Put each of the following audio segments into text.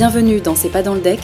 Bienvenue dans C'est pas dans le deck,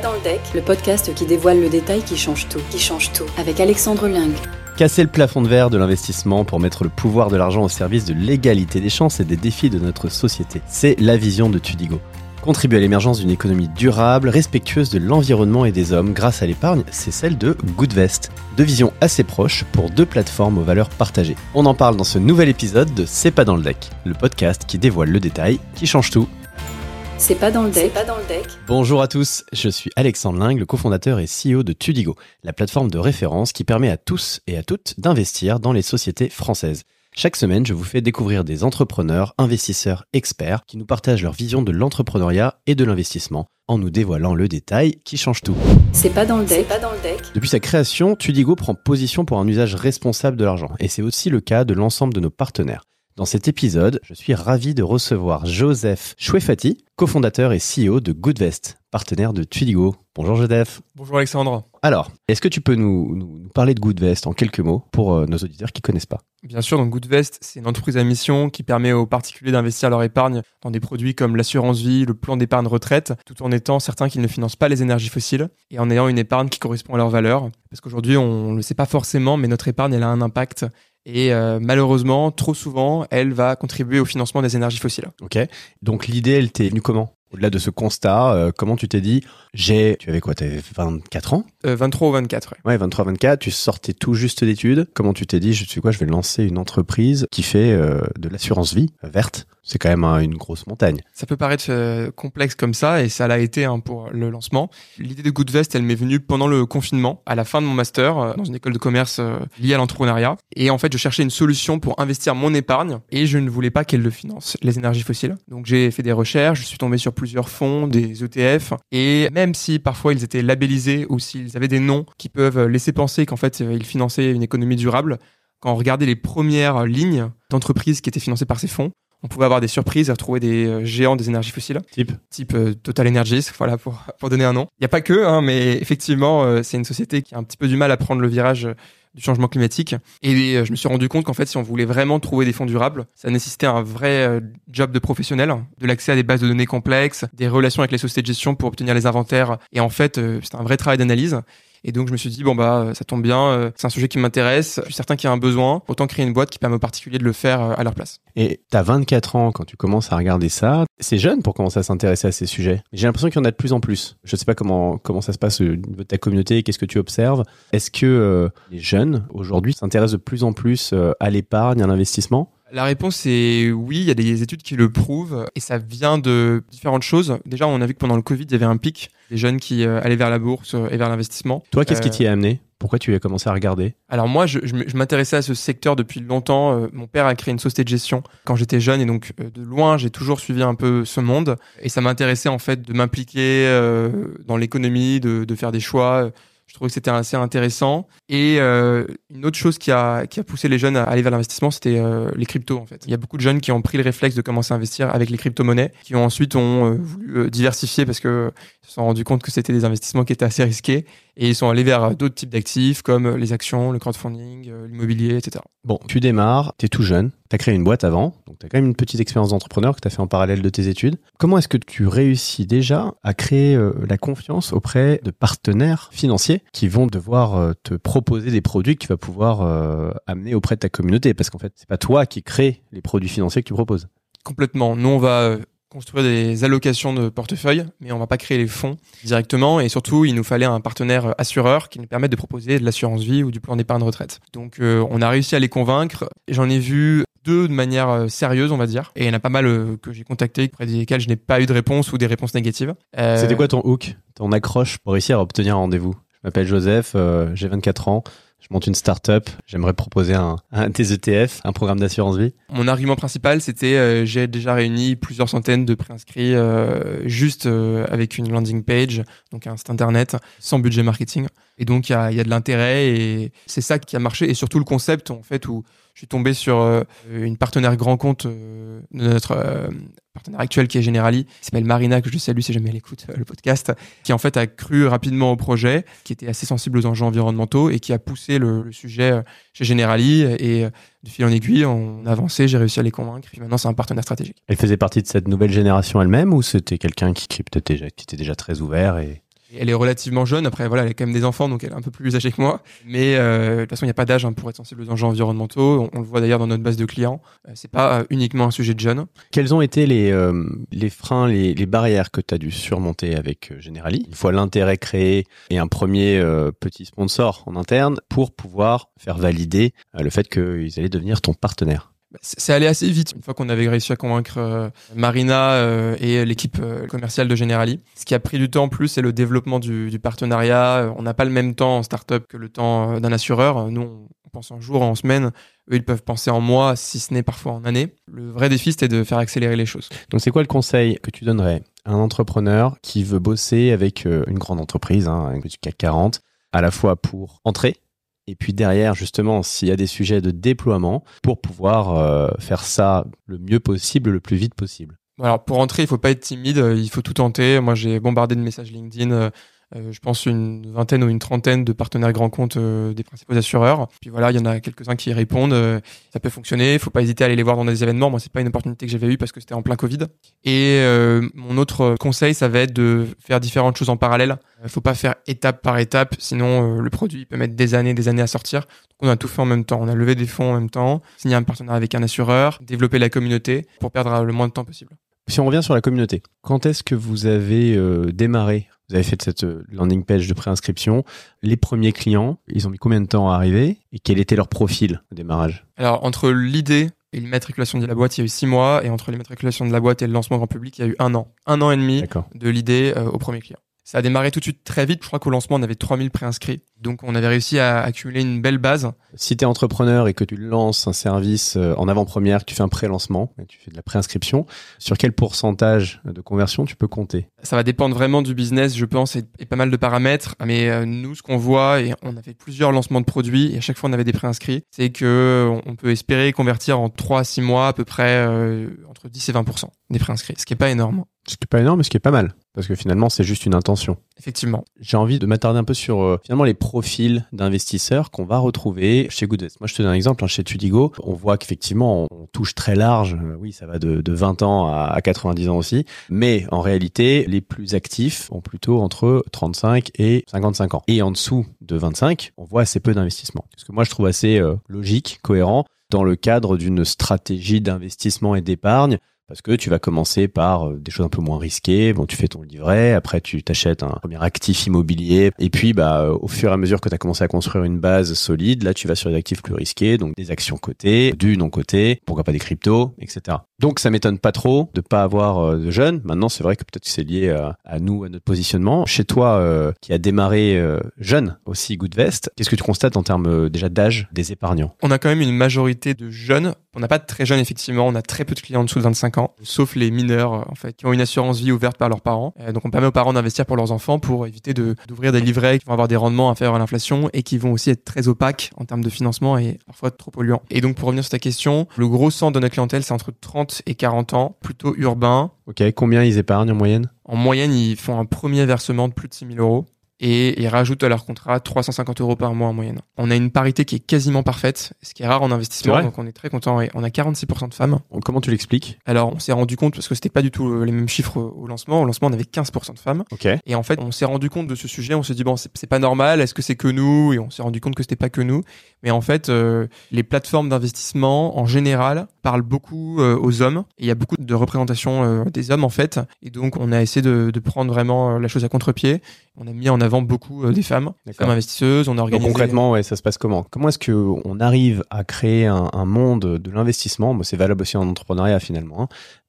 le podcast qui dévoile le détail qui change tout, avec Alexandre Ling. Casser le plafond de verre de l'investissement pour mettre le pouvoir de l'argent au service de l'égalité des chances et des défis de notre société. C'est la vision de Tudigo. Contribuer à l'émergence d'une économie durable, respectueuse de l'environnement et des hommes grâce à l'épargne, c'est celle de Goodvest. Deux visions assez proches pour deux plateformes aux valeurs partagées. On en parle dans ce nouvel épisode de C'est pas dans le deck, le podcast qui dévoile le détail, qui change tout. C'est pas dans le deck. Bonjour à tous, je suis Alexandre Ling, le cofondateur et CEO de Tudigo, la plateforme de référence qui permet à tous et à toutes d'investir dans les sociétés françaises. Chaque semaine, je vous fais découvrir des entrepreneurs, investisseurs, experts qui nous partagent leur vision de l'entrepreneuriat et de l'investissement en nous dévoilant le détail qui change tout. C'est pas dans le deck. Depuis sa création, Tudigo prend position pour un usage responsable de l'argent et c'est aussi le cas de l'ensemble de nos partenaires. Dans cet épisode, je suis ravi de recevoir Joseph Chouefati, cofondateur et CEO de Goodvest, partenaire de Tudigo. Bonjour Joseph. Bonjour Alexandre. Alors, est-ce que tu peux nous parler de Goodvest en quelques mots pour nos auditeurs qui ne connaissent pas ? Bien sûr, donc Goodvest, c'est une entreprise à mission qui permet aux particuliers d'investir leur épargne dans des produits comme l'assurance vie, le plan d'épargne retraite, tout en étant certains qu'ils ne financent pas les énergies fossiles et en ayant une épargne qui correspond à leurs valeurs. Parce qu'aujourd'hui, on ne le sait pas forcément, mais notre épargne, elle a un impact. Et malheureusement, trop souvent, elle va contribuer au financement des énergies fossiles. Ok. Donc l'idée, elle t'est venue comment ? Au-delà de ce constat, comment tu t'es dit, tu avais quoi, t'avais 24 ans ? 23 ou 24, Ouais, 23-24, tu sortais tout juste d'études. Comment tu t'es dit, je vais lancer une entreprise qui fait de l'assurance vie verte ? C'est quand même une grosse montagne. Ça peut paraître complexe comme ça, et ça l'a été pour le lancement. L'idée de Goodvest, elle m'est venue pendant le confinement, à la fin de mon master, dans une école de commerce liée à l'entrepreneuriat. Et en fait, je cherchais une solution pour investir mon épargne, et je ne voulais pas qu'elle le finance, les énergies fossiles. Donc j'ai fait des recherches, je suis tombé sur plusieurs fonds, des ETF, et même si parfois ils étaient labellisés ou s'ils avaient des noms qui peuvent laisser penser qu'en fait ils finançaient une économie durable, quand on regardait les premières lignes d'entreprises qui étaient financées par ces fonds, on pouvait avoir des surprises et retrouver des géants des énergies fossiles. Type Total Energies, voilà, pour donner un nom. Il n'y a pas que, mais effectivement, c'est une société qui a un petit peu du mal à prendre le virage du changement climatique. Et je me suis rendu compte qu'en fait, si on voulait vraiment trouver des fonds durables, ça nécessitait un vrai job de professionnel, de l'accès à des bases de données complexes, des relations avec les sociétés de gestion pour obtenir les inventaires. Et en fait, c'était un vrai travail d'analyse. Et donc, je me suis dit, ça tombe bien, c'est un sujet qui m'intéresse, je suis certain qu'il y a un besoin, autant créer une boîte qui permet aux particuliers de le faire à leur place. Et t'as 24 ans quand tu commences à regarder ça. C'est jeune pour commencer à s'intéresser à ces sujets. J'ai l'impression qu'il y en a de plus en plus. Je sais pas comment ça se passe au niveau de ta communauté, qu'est-ce que tu observes. Est-ce que les jeunes, aujourd'hui, s'intéressent de plus en plus à l'épargne, à l'investissement ? La réponse est oui, il y a des études qui le prouvent et ça vient de différentes choses. Déjà, on a vu que pendant le Covid, il y avait un pic des jeunes qui allaient vers la bourse et vers l'investissement. Toi, qu'est-ce qui t'y a amené ? Pourquoi tu as commencé à regarder ? Alors moi, je m'intéressais à ce secteur depuis longtemps. Mon père a créé une société de gestion quand j'étais jeune et donc de loin, j'ai toujours suivi un peu ce monde. Et ça m'intéressait en fait de m'impliquer dans l'économie, de faire des choix. Je trouvais que c'était assez intéressant. Et une autre chose qui a poussé les jeunes à aller vers l'investissement, c'était les cryptos en fait. Il y a beaucoup de jeunes qui ont pris le réflexe de commencer à investir avec les crypto-monnaies, qui ont ensuite voulu diversifier parce que se sont rendus compte que c'était des investissements qui étaient assez risqués. Et ils sont allés vers d'autres types d'actifs comme les actions, le crowdfunding, l'immobilier, etc. Bon, tu démarres, t'es tout jeune, t'as créé une boîte avant, donc t'as quand même une petite expérience d'entrepreneur que t'as fait en parallèle de tes études. Comment est-ce que tu réussis déjà à créer la confiance auprès de partenaires financiers qui vont devoir te proposer des produits que tu vas pouvoir amener auprès de ta communauté ? Parce qu'en fait, c'est pas toi qui crée les produits financiers que tu proposes. Complètement. Nous, on va construire des allocations de portefeuille, mais on va pas créer les fonds directement. Et surtout, il nous fallait un partenaire assureur qui nous permette de proposer de l'assurance vie ou du plan d'épargne retraite. Donc, on a réussi à les convaincre. J'en ai vu 2 de manière sérieuse, on va dire. Et il y en a pas mal que j'ai contactés, auprès desquels je n'ai pas eu de réponse ou des réponses négatives. C'était quoi ton hook, ton accroche pour réussir à obtenir un rendez-vous ? Je m'appelle Joseph, j'ai 24 ans. Je monte une start-up, j'aimerais proposer un des ETF, un programme d'assurance vie. Mon argument principal, c'était j'ai déjà réuni plusieurs centaines de préinscrits juste avec une landing page, donc un site internet, sans budget marketing. Et donc, il y a de l'intérêt et c'est ça qui a marché. Et surtout le concept, en fait, où je suis tombé sur une partenaire grand compte de notre partenaire actuel qui est Generali, qui s'appelle Marina, que je salue si jamais elle écoute le podcast, qui en fait a cru rapidement au projet, qui était assez sensible aux enjeux environnementaux et qui a poussé le sujet chez Generali. Et de fil en aiguille, on a avancé, j'ai réussi à les convaincre. Et maintenant, c'est un partenaire stratégique. Elle faisait partie de cette nouvelle génération elle-même ou c'était quelqu'un qui était déjà très ouvert et... Elle est relativement jeune, après voilà, elle a quand même des enfants, donc elle est un peu plus âgée que moi. Mais de toute façon, il n'y a pas d'âge pour être sensible aux enjeux environnementaux. On le voit d'ailleurs dans notre base de clients. C'est pas uniquement un sujet de jeunes. Quels ont été les freins, les barrières que tu as dû surmonter avec Generali, une fois l'intérêt créé et un premier petit sponsor en interne pour pouvoir faire valider le fait qu'ils allaient devenir ton partenaire? C'est allé assez vite une fois qu'on avait réussi à convaincre Marina et l'équipe commerciale de Generali. Ce qui a pris du temps plus, c'est le développement du partenariat. On n'a pas le même temps en start-up que le temps d'un assureur. Nous, on pense en jours, en semaines. Eux, ils peuvent penser en mois, si ce n'est parfois en années. Le vrai défi, c'était de faire accélérer les choses. Donc, c'est quoi le conseil que tu donnerais à un entrepreneur qui veut bosser avec une grande entreprise, avec du CAC 40, à la fois pour entrer et puis derrière, justement, s'il y a des sujets de déploiement, pour pouvoir faire ça le mieux possible, le plus vite possible? Alors, pour entrer, il faut pas être timide, il faut tout tenter. Moi, j'ai bombardé de messages LinkedIn, je pense une vingtaine ou une trentaine de partenaires grands comptes des principaux assureurs. Puis voilà, il y en a quelques-uns qui répondent. Ça peut fonctionner. Il faut pas hésiter à aller les voir dans des événements. Moi, c'est pas une opportunité que j'avais eue parce que c'était en plein Covid. Et mon autre conseil, ça va être de faire différentes choses en parallèle. Faut pas faire étape par étape, sinon le produit peut mettre des années à sortir. Donc on a tout fait en même temps. On a levé des fonds en même temps, signé un partenariat avec un assureur, développé la communauté pour perdre le moins de temps possible. Si on revient sur la communauté, quand est-ce que vous avez démarré? Vous avez fait cette landing page de préinscription. Les premiers clients, ils ont mis combien de temps à arriver et quel était leur profil au démarrage? Alors, entre l'idée et l'immatriculation de la boîte, il y a eu 6 mois. Et entre l'immatriculation de la boîte et le lancement grand public, il y a eu 1 an. 1 an et demi de l'idée au premier client. Ça a démarré tout de suite très vite. Je crois qu'au lancement, on avait 3000 préinscrits. Donc, on avait réussi à accumuler une belle base. Si tu es entrepreneur et que tu lances un service en avant-première, que tu fais un pré-lancement, tu fais de la préinscription, sur quel pourcentage de conversion tu peux compter? Ça va dépendre vraiment du business, je pense, et pas mal de paramètres. Mais nous, ce qu'on voit, et on a fait plusieurs lancements de produits, et à chaque fois, on avait des préinscrits, c'est que on peut espérer convertir en 3 à 6 mois à peu près entre 10 et 20% des préinscrits, ce qui est pas énorme. Ce qui est pas énorme, mais ce qui est pas mal. Parce que finalement, c'est juste une intention. Effectivement. J'ai envie de m'attarder un peu sur finalement les profils d'investisseurs qu'on va retrouver chez Goodvest. Moi, je te donne un exemple. Chez Tudigo, on voit qu'effectivement, on touche très large. Oui, ça va de 20 ans à 90 ans aussi. Mais en réalité, les plus actifs ont plutôt entre 35 et 55 ans. Et en dessous de 25, on voit assez peu d'investissement. Ce que moi, je trouve assez logique, cohérent, dans le cadre d'une stratégie d'investissement et d'épargne. Parce que tu vas commencer par des choses un peu moins risquées. Bon, tu fais ton livret, après tu t'achètes un premier actif immobilier. Et puis, au fur et à mesure que tu as commencé à construire une base solide, là, tu vas sur des actifs plus risqués, donc des actions cotées, du non coté, pourquoi pas des cryptos, etc. Donc, ça m'étonne pas trop de pas avoir de jeunes. Maintenant, c'est vrai que peut-être que c'est lié à nous, à notre positionnement. Chez toi, qui a démarré jeune aussi, Goodvest, qu'est-ce que tu constates en termes déjà d'âge des épargnants? On a quand même une majorité de jeunes. On n'a pas de très jeunes, effectivement. On a très peu de clients en dessous de 25 ans, sauf les mineurs, en fait, qui ont une assurance vie ouverte par leurs parents. Donc, on permet aux parents d'investir pour leurs enfants pour éviter d'ouvrir des livrets qui vont avoir des rendements inférieurs à l'inflation et qui vont aussi être très opaques en termes de financement et parfois trop polluants. Et donc, pour revenir sur ta question, le gros centre de notre clientèle, c'est entre 30 et 40 ans, plutôt urbain. Ok, combien ils épargnent en moyenne? En moyenne, ils font un premier versement de plus de 6 000 euros. Et ils rajoutent à leur contrat 350 euros par mois en moyenne. On a une parité qui est quasiment parfaite, ce qui est rare en investissement, donc on est très content. Et on a 46% de femmes. Comment tu l'expliques? Alors, on s'est rendu compte, parce que c'était pas du tout les mêmes chiffres au lancement. Au lancement, on avait 15% de femmes. Okay. Et en fait, on s'est rendu compte de ce sujet. On s'est dit, bon, c'est pas normal. Est-ce que c'est que nous? Et on s'est rendu compte que c'était pas que nous. Mais en fait, les plateformes d'investissement, en général, parlent beaucoup aux hommes. Et il y a beaucoup de représentation des hommes, en fait. Et donc, on a essayé de prendre vraiment la chose à contre-pied. On a mis en avant beaucoup des femmes investisseuses. On a organisé. Donc concrètement, ouais, ça se passe comment? Comment est-ce que on arrive à créer un monde de l'investissement? Bon, c'est valable aussi en entrepreneuriat finalement.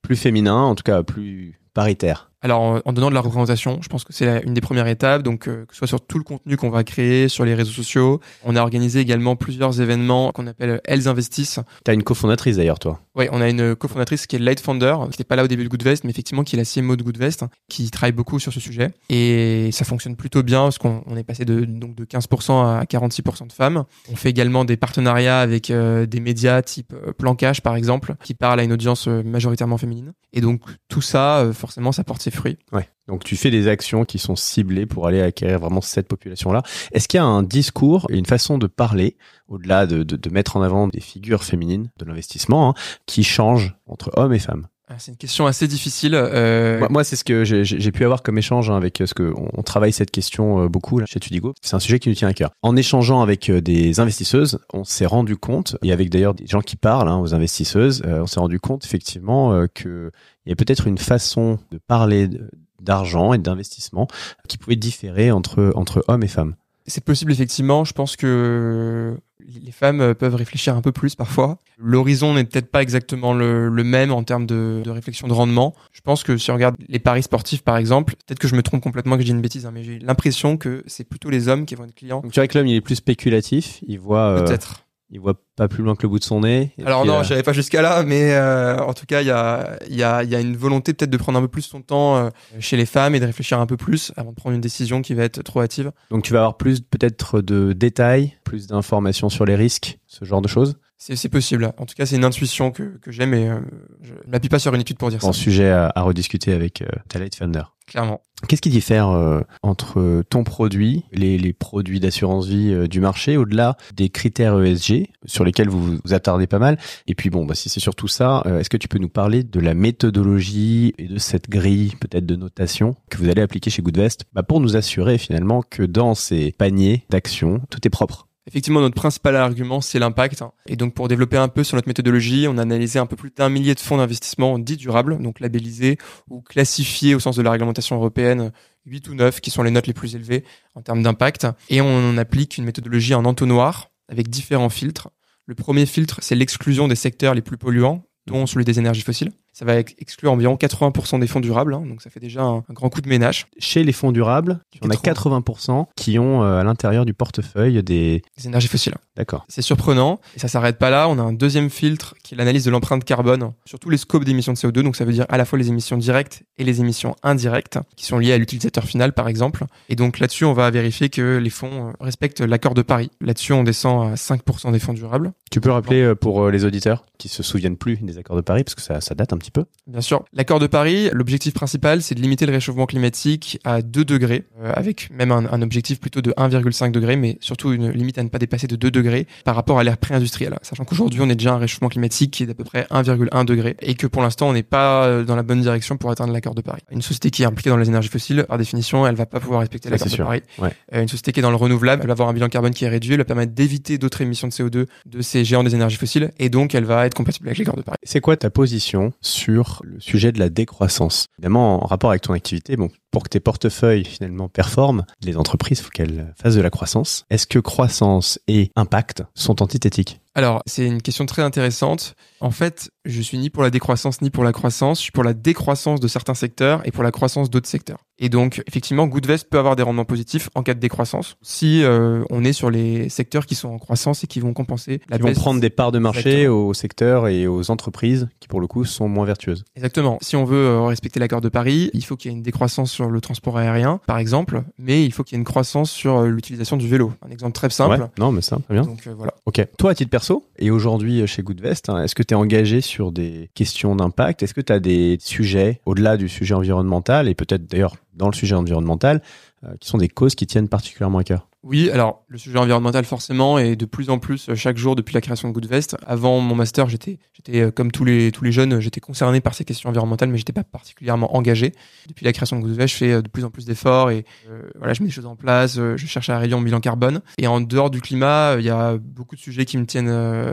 plus féminin, en tout cas plus paritaire? Alors, en donnant de la représentation, je pense que c'est une des premières étapes. Donc, que ce soit sur tout le contenu qu'on va créer sur les réseaux sociaux. On a organisé également plusieurs événements qu'on appelle Elles investissent. T'as une cofondatrice d'ailleurs, toi. Oui, on a une cofondatrice qui est Light Founder, qui n'était pas là au début de Goodvest, mais effectivement qui est la CMO de Goodvest, qui travaille beaucoup sur ce sujet. Et ça fonctionne plutôt bien parce qu'on est passé de 15% à 46% de femmes. On fait également des partenariats avec des médias type Plan Cash, par exemple, qui parlent à une audience majoritairement féminine. Et donc, tout ça, forcément, ça porte ses fruits. Ouais. Donc tu fais des actions qui sont ciblées pour aller acquérir vraiment cette population-là. Est-ce qu'il y a un discours et une façon de parler, au-delà de mettre en avant des figures féminines de l'investissement, qui changent entre hommes et femmes? C'est une question assez difficile. Moi, c'est ce que j'ai pu avoir comme échange avec ce que on travaille cette question beaucoup là, chez Tudigo. C'est un sujet qui nous tient à cœur. En échangeant avec des investisseuses, on s'est rendu compte, et avec d'ailleurs des gens qui parlent aux investisseuses, on s'est rendu compte effectivement que il y a peut-être une façon de parler d'argent et d'investissement qui pouvait différer entre hommes et femmes. C'est possible, effectivement. Je pense que les femmes peuvent réfléchir un peu plus parfois. L'horizon n'est peut-être pas exactement le même en termes de réflexion de rendement. Je pense que si on regarde les paris sportifs, par exemple, peut-être que je me trompe complètement, que je dis une bêtise, mais j'ai l'impression que c'est plutôt les hommes qui vont être clients. Donc tu vois que l'homme, il est plus spéculatif, il voit... Peut-être. Il voit pas plus loin que le bout de son nez. Alors non, j'avais pas jusqu'à là, mais en tout cas, il y a une volonté peut-être de prendre un peu plus son temps chez les femmes et de réfléchir un peu plus avant de prendre une décision qui va être trop hâtive. Donc tu vas avoir plus peut-être de détails, plus d'informations sur les risques, ce genre de choses? C'est possible. En tout cas, c'est une intuition que j'aime et je ne m'appuie pas sur une étude pour dire ça. Un sujet à rediscuter avec ta Light Founder. Clairement. Qu'est-ce qui diffère entre ton produit, les produits d'assurance vie du marché, au-delà des critères ESG sur lesquels vous vous attardez pas mal? Et puis si c'est surtout ça, est-ce que tu peux nous parler de la méthodologie et de cette grille peut-être de notation que vous allez appliquer chez Goodvest pour nous assurer finalement que dans ces paniers d'actions, tout est propre? Effectivement, notre principal argument, c'est l'impact. Et donc, pour développer un peu sur notre méthodologie, on a analysé un peu plus d'1 millier de fonds d'investissement dits durables, donc labellisés ou classifiés au sens de la réglementation européenne 8 ou 9, qui sont les notes les plus élevées en termes d'impact. Et on applique une méthodologie en entonnoir avec différents filtres. Le premier filtre, c'est l'exclusion des secteurs les plus polluants, dont celui des énergies fossiles. Ça va exclure environ 80% des fonds durables, donc ça fait déjà un grand coup de ménage. Chez les fonds durables, on a 80% qui ont à l'intérieur du portefeuille des énergies fossiles. D'accord. C'est surprenant, et ça s'arrête pas là. On a un deuxième filtre qui est l'analyse de l'empreinte carbone sur tous les scopes d'émissions de CO2, donc ça veut dire à la fois les émissions directes et les émissions indirectes, qui sont liées à l'utilisateur final par exemple. Et donc là-dessus, on va vérifier que les fonds respectent l'accord de Paris. Là-dessus, on descend à 5% des fonds durables. Tu peux rappeler pour les auditeurs qui se souviennent plus des accords de Paris, parce que ça date un petit peu. Bien sûr. L'accord de Paris, l'objectif principal, c'est de limiter le réchauffement climatique à 2 degrés, avec même un objectif plutôt de 1,5 degré, mais surtout une limite à ne pas dépasser de 2 degrés par rapport à l'ère pré-industrielle. Sachant qu'aujourd'hui, on est déjà à un réchauffement climatique qui est d'à peu près 1,1 degré et que pour l'instant, on n'est pas dans la bonne direction pour atteindre l'accord de Paris. Une société qui est impliquée dans les énergies fossiles, par définition, elle va pas pouvoir respecter l'accord de Paris. Ouais. Une société qui est dans le renouvelable, elle va avoir un bilan carbone qui est réduit, elle va permettre d'éviter d'autres émissions de CO2 de ces géants des énergies fossiles et donc elle va être compatible avec l'accord de Paris. C'est quoi ta position sur le sujet de la décroissance? Évidemment, en rapport avec ton activité, pour que tes portefeuilles finalement performent, les entreprises, il faut qu'elles fassent de la croissance. Est-ce que croissance et impact sont antithétiques? Alors, c'est une question très intéressante. En fait, je suis ni pour la décroissance ni pour la croissance. Je suis pour la décroissance de certains secteurs et pour la croissance d'autres secteurs. Et donc, effectivement, Goodvest peut avoir des rendements positifs en cas de décroissance si on est sur les secteurs qui sont en croissance et qui vont compenser la baisse. Ils vont prendre des parts de marché aux secteurs et aux entreprises qui, pour le coup, sont moins vertueuses. Exactement. Si on veut respecter l'accord de Paris, il faut qu'il y ait une décroissance sur le transport aérien, par exemple, mais il faut qu'il y ait une croissance sur l'utilisation du vélo. Un exemple très simple. Ouais, non, mais ça, très bien. Donc, voilà. Ok. Toi, à titre perso, et aujourd'hui chez Goodvest, est-ce que tu es engagé sur des questions d'impact? Est-ce que tu as des sujets, au-delà du sujet environnemental, et peut-être d'ailleurs dans le sujet environnemental, qui sont des causes qui tiennent particulièrement à cœur? Oui, alors le sujet environnemental forcément et de plus en plus chaque jour depuis la création de Goodvest. Avant mon master, j'étais comme tous les jeunes, j'étais concerné par ces questions environnementales, mais j'étais pas particulièrement engagé. Depuis la création de Goodvest, je fais de plus en plus d'efforts et je mets des choses en place. Je cherche à réduire mon bilan carbone. Et en dehors du climat, il y a beaucoup de sujets qui me tiennent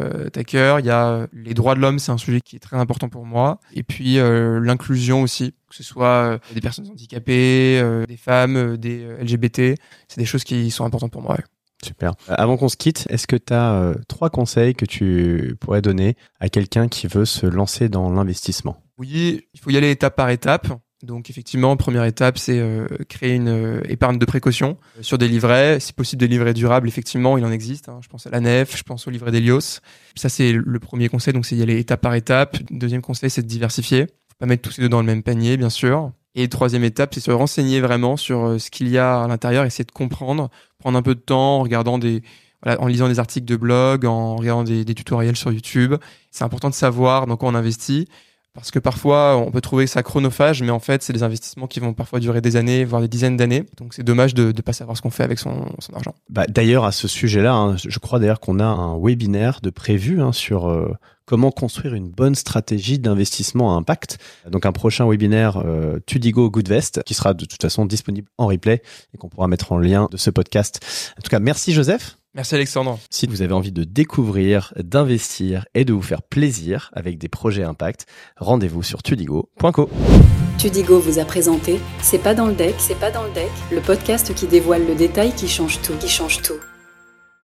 à cœur. Il y a les droits de l'homme, c'est un sujet qui est très important pour moi. Et puis l'inclusion aussi. Que ce soit des personnes handicapées, des femmes, des LGBT, c'est des choses qui sont importantes pour moi. Ouais. Super. Avant qu'on se quitte, est-ce que tu as 3 conseils que tu pourrais donner à quelqu'un qui veut se lancer dans l'investissement ? Oui, il faut y aller étape par étape. Donc effectivement, première étape, c'est créer une épargne de précaution sur des livrets. Si possible, des livrets durables, effectivement, il en existe. Je pense à la Nef, je pense au livret d'Helios. Ça, c'est le premier conseil, donc c'est y aller étape par étape. Deuxième conseil, c'est de diversifier. Faut pas mettre tous ces deux dans le même panier, bien sûr. Et troisième étape, c'est se renseigner vraiment sur ce qu'il y a à l'intérieur, essayer de comprendre, prendre un peu de temps en regardant en lisant des articles de blog, en regardant des tutoriels sur YouTube. C'est important de savoir dans quoi on investit, parce que parfois, on peut trouver ça chronophage, mais en fait, c'est des investissements qui vont parfois durer des années, voire des dizaines d'années. Donc, c'est dommage de pas savoir ce qu'on fait avec son argent. D'ailleurs, à ce sujet-là, je crois d'ailleurs qu'on a un webinaire de prévu sur comment construire une bonne stratégie d'investissement à impact. Donc, un prochain webinaire Tudigo Goodvest qui sera de toute façon disponible en replay et qu'on pourra mettre en lien de ce podcast. En tout cas, merci Joseph. Merci Alexandre. Si vous avez envie de découvrir, d'investir et de vous faire plaisir avec des projets impact, rendez-vous sur tudigo.co. Tudigo vous a présenté C'est pas dans le deck, le podcast qui dévoile le détail qui change tout.